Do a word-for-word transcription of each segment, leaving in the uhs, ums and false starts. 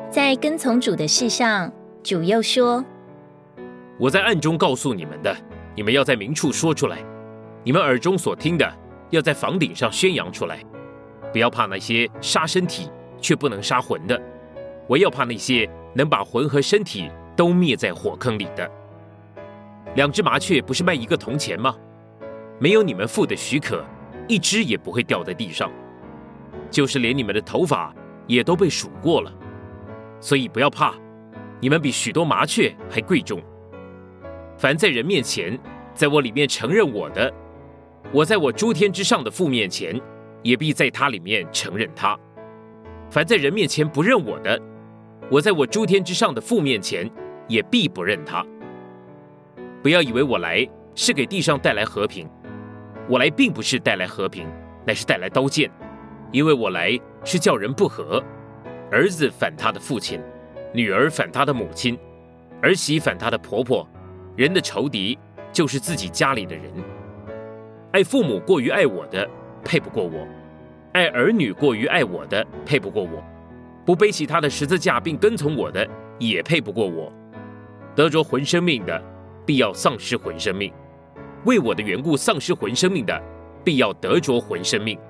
在跟从主的事上，主又说： 我在暗中告诉你们的，你们要在明处说出来；你们耳中所听的，要在房顶上宣扬出来。不要怕那些杀身体却不能杀魂的，唯要怕那些能把魂和身体都灭在火坑里的。两只麻雀不是卖一个铜钱吗？没有你们父的许可，一只也不会掉在地上。就是连你们的头发也都被数过了，所以不要怕，你们比许多麻雀还贵重。凡在人面前在我里面承认我的，我在我诸天之上的父面前也必在他里面承认他；凡在人面前不认我的，我在我诸天之上的父面前也必不认他。不要以为我来是给地上带来和平，我来并不是带来和平，乃是带来刀剑。因为我来是叫人不和，儿子反他的父亲，女儿反他的母亲，儿媳反他的婆婆。人的仇敌就是自己家里的人。爱父母过于爱我的，配不过我；爱儿女过于爱我的，配不过我；不背起他的十字架并跟从我的，也配不过我。得着魂生命的，必要丧失魂生命；为我的缘故丧失魂生命的，必要得着魂生命。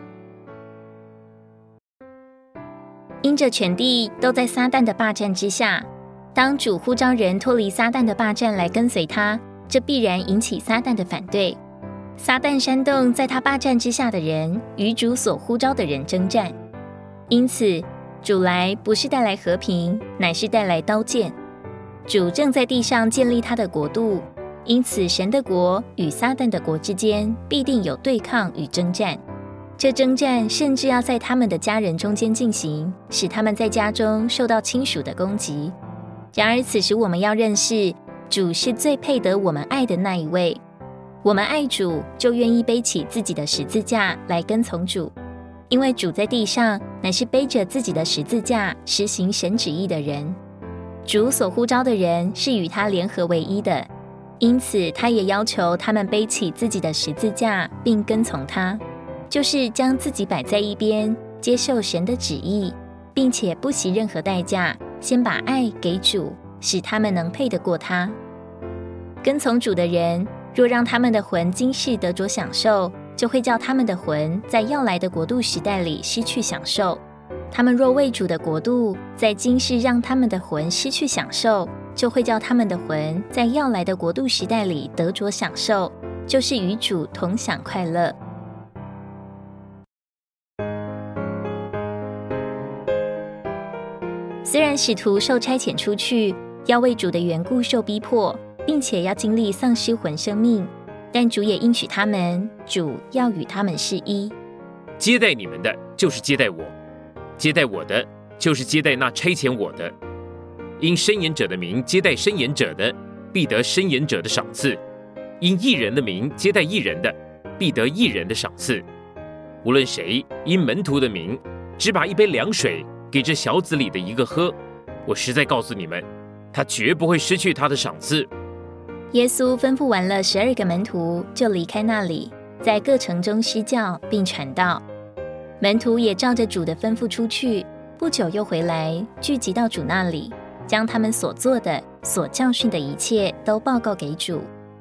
因着全地都在撒旦的霸占之下，当主呼召人脱离撒旦的霸占来跟随他，这必然引起撒旦的反对。撒旦煽动在他霸占之下的人与主所呼召的人征战，因此主来不是带来和平，乃是带来刀剑。主正在地上建立他的国度，因此神的国与撒旦的国之间必定有对抗与征战。这征战甚至要在他们的家人中间进行，使他们在家中受到亲属的攻击。然而此时我们要认识，主是最配得我们爱的那一位。我们爱主，就愿意背起自己的十字架来跟从主，因为主在地上乃是背着自己的十字架实行神旨意的人。主所呼召的人是与他联合为一的，因此他也要求他们背起自己的十字架并跟从他，就是将自己摆在一边，接受神的旨意，并且不惜任何代价，先把爱给主，使他们能配得过他。跟从主的人，若让他们的魂今世得着享受，就会叫他们的魂在要来的国度时代里失去享受。他们若为主的国度在今世让他们的魂失去享受，就会叫他们的魂在要来的国度时代里得着享受，就是与主同享快乐。虽然使徒受差遣出去，要为主的缘故受逼迫，并且要经历丧失魂生命，但主也应许他们，主要与他们是一。 接待你们的，就是接待我；接待我的，就是接待那差遣我的。因申言者的名接待申言者的，必得申言者的赏赐；因义人的名接待义人的，必得义人的赏赐。无论谁因门徒的名只把一杯凉水给这小子里的一个喝，我实在告诉你们，他绝不会失去他的赏赐。 耶稣吩咐完了十二个门徒，就离开那里，在各城中施教并传道。门徒也照着主的吩咐出去，不久又回来，聚集到主那里，将他们所做的、所教训的一切都报告给主。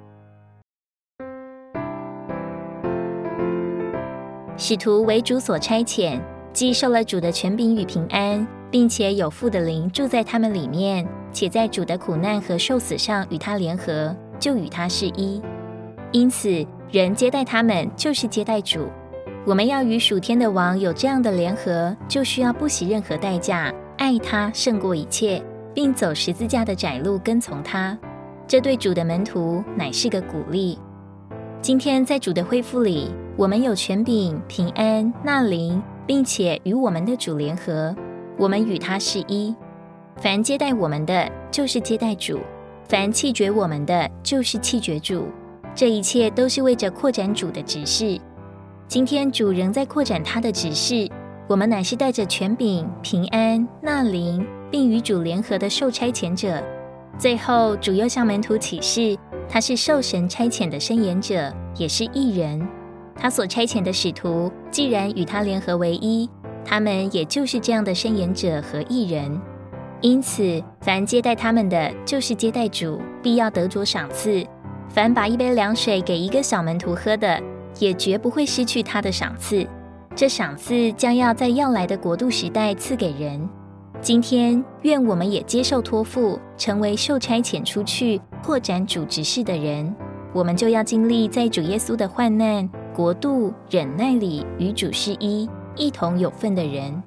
使徒为主所差遣，既受了主的权柄与平安，并且有父的灵住在他们里面，且在主的苦难和受死上与他联合，就与他是一。因此人接待他们，就是接待主。我们要与属天的王有这样的联合，就需要不惜任何代价，爱他胜过一切，并走十字架的窄路跟从他。这对主的门徒乃是个鼓励。今天在主的恢复里，我们有权柄、平安、纳灵，并且与我们的主联合，我们与他是一。凡接待我们的，就是接待主；凡弃绝我们的，就是弃绝主。这一切都是为着扩展主的职事。今天主仍在扩展他的职事，我们乃是带着权柄、平安、纳灵，并与主联合的受差遣者。最后主又向门徒启示，他是受神差遣的申言者，也是义人。他所差遣的使徒既然与他联合为一，他们也就是这样的申言者和义人。 因此，凡接待他们的，就是接待主，必要得着赏赐；凡把一杯凉水给一个小门徒喝的，也绝不会失去他的赏赐。这赏赐将要在要来的国度时代赐给人。今天，愿我们也接受托付，成为受差遣出去扩展主职事的人。我们就要经历在主耶稣的患难、国度、忍耐里与主是一，一同有份的人。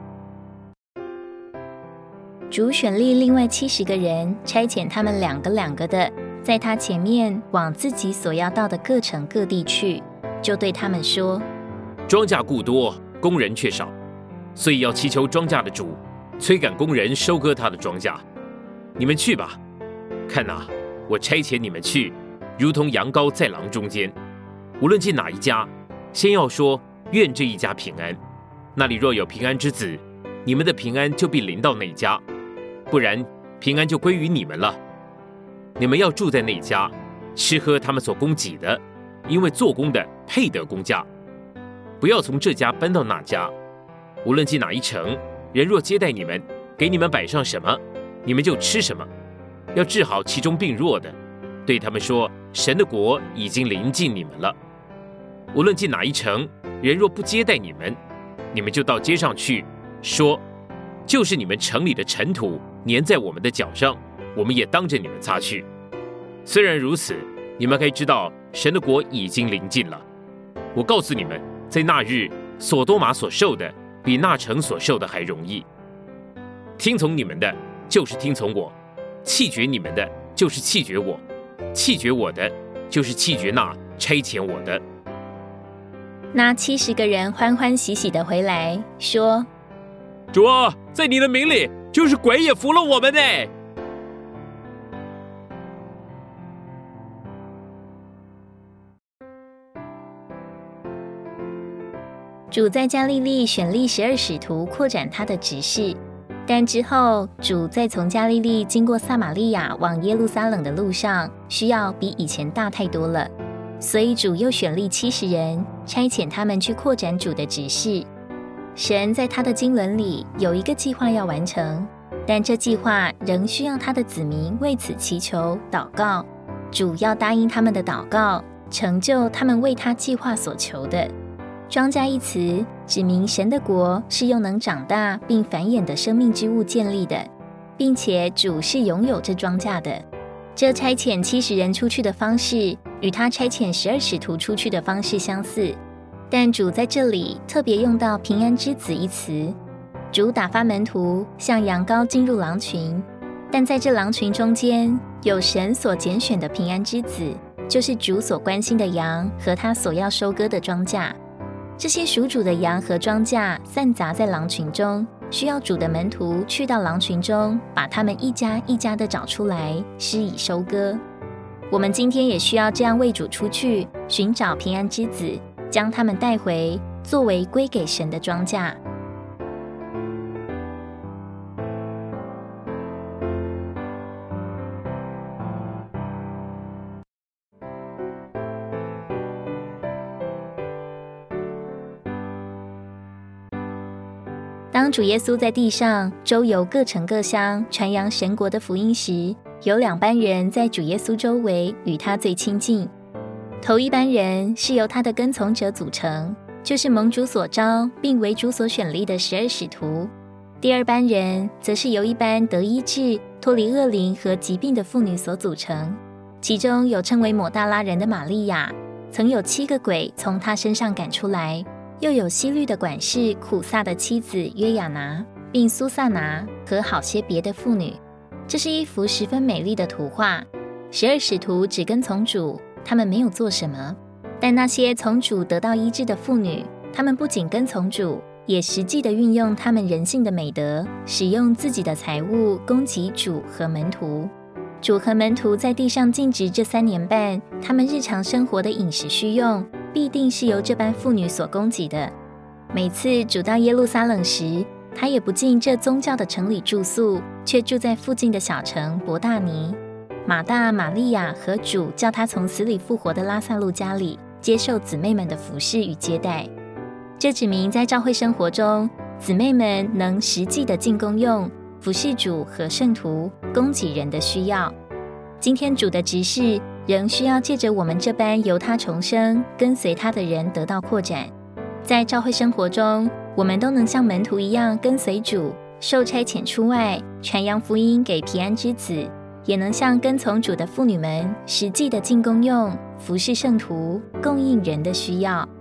主选立另外七十个人，差遣他们两个两个的，在他前面往自己所要到的各城各地去，就对他们说： 庄稼故多，工人却少，所以要祈求庄稼的主催赶工人收割他的庄稼。你们去吧，看哪，我差遣你们去，如同羊羔在狼中间。无论进哪一家，先要说愿这一家平安。那里若有平安之子，你们的平安就必临到那家；不然，平安就归于你们了。你们要住在那家，吃喝他们所供给的，因为做工的配得工价。不要从这家搬到那家。无论进哪一城，人若接待你们，给你们摆上什么，你们就吃什么。要治好其中病弱的，对他们说：神的国已经临近你们了。无论进哪一城，人若不接待你们，你们就到街上去，说：就是你们城里的尘土粘在我们的脚上，我们也当着你们擦去。虽然如此，你们该知道神的国已经临近了。我告诉你们，在那日，所多玛所受的比那城所受的还容易。听从你们的，就是听从我；弃绝你们的，就是弃绝我；弃绝我的，就是弃绝那差遣我的。 那七十个人欢欢喜喜地回来，说： 主啊，在你的名里，就是鬼也服了我们呢。 主在加利利选立十二使徒，扩展他的职事。但之后，主再从加利利经过撒玛利亚往耶路撒冷的路上，需要比以前大太多了。所以主又选立七十人，差遣他们去扩展主的职事。神在他的经纶里有一个计划要完成，但这计划仍需要他的子民为此祈求祷告。主要答应他们的祷告，成就他们为他计划所求的。庄稼一词指明神的国是用能长大并繁衍的生命之物建立的，并且主是拥有这庄稼的。这差遣七十人出去的方式与他差遣十二使徒出去的方式相似，但主在这里特别用到平安之子一词。主打发门徒像羊羔进入狼群，但在这狼群中间有神所拣选的平安之子，就是主所关心的羊和他所要收割的庄稼。这些属主的羊和庄稼散杂在狼群中，需要主的门徒去到狼群中，把他们一家一家的找出来，施以收割。我们今天也需要这样为主出去，寻找平安之子，将他们带回，作为归给神的庄稼。当主耶稣在地上周游各城各乡，传扬神国的福音时，有两班人在主耶稣周围与他最亲近。头一班人是由他的跟从者组成，就是蒙主所召并为主所选立的十二使徒。第二班人则是由一班得医治、脱离恶灵和疾病的妇女所组成，其中有称为抹大拉人的玛利亚，曾有七个鬼从她身上赶出来，又有希律的管事苦撒的妻子约亚拿，并苏撒拿和好些别的妇女。这是一幅十分美丽的图画。十二使徒只跟从主，他们没有做什么，但那些从主得到医治的妇女，他们不仅跟从主，也实际地运用他们人性的美德，使用自己的财物供给主和门徒。主和门徒在地上尽职这三年半，他们日常生活的饮食需用必定是由这班妇女所供给的。每次主到耶路撒冷时，他也不进这宗教的城里住宿，却住在附近的小城伯大尼。马大、玛利亚和主叫他从死里复活的拉撒路家里，接受姊妹们的服侍与接待。这指明在教会生活中，姊妹们能实际的进功用， 服侍主和圣徒，供给人的需要。今天主的职事仍需要借着我们这般由他重生、跟随他的人得到扩展。在教会生活中，我们都能像门徒一样跟随主，受差遣出外，传扬福音给平安之子，也能像跟从主的妇女们，实际的进功用，服侍圣徒，供应人的需要。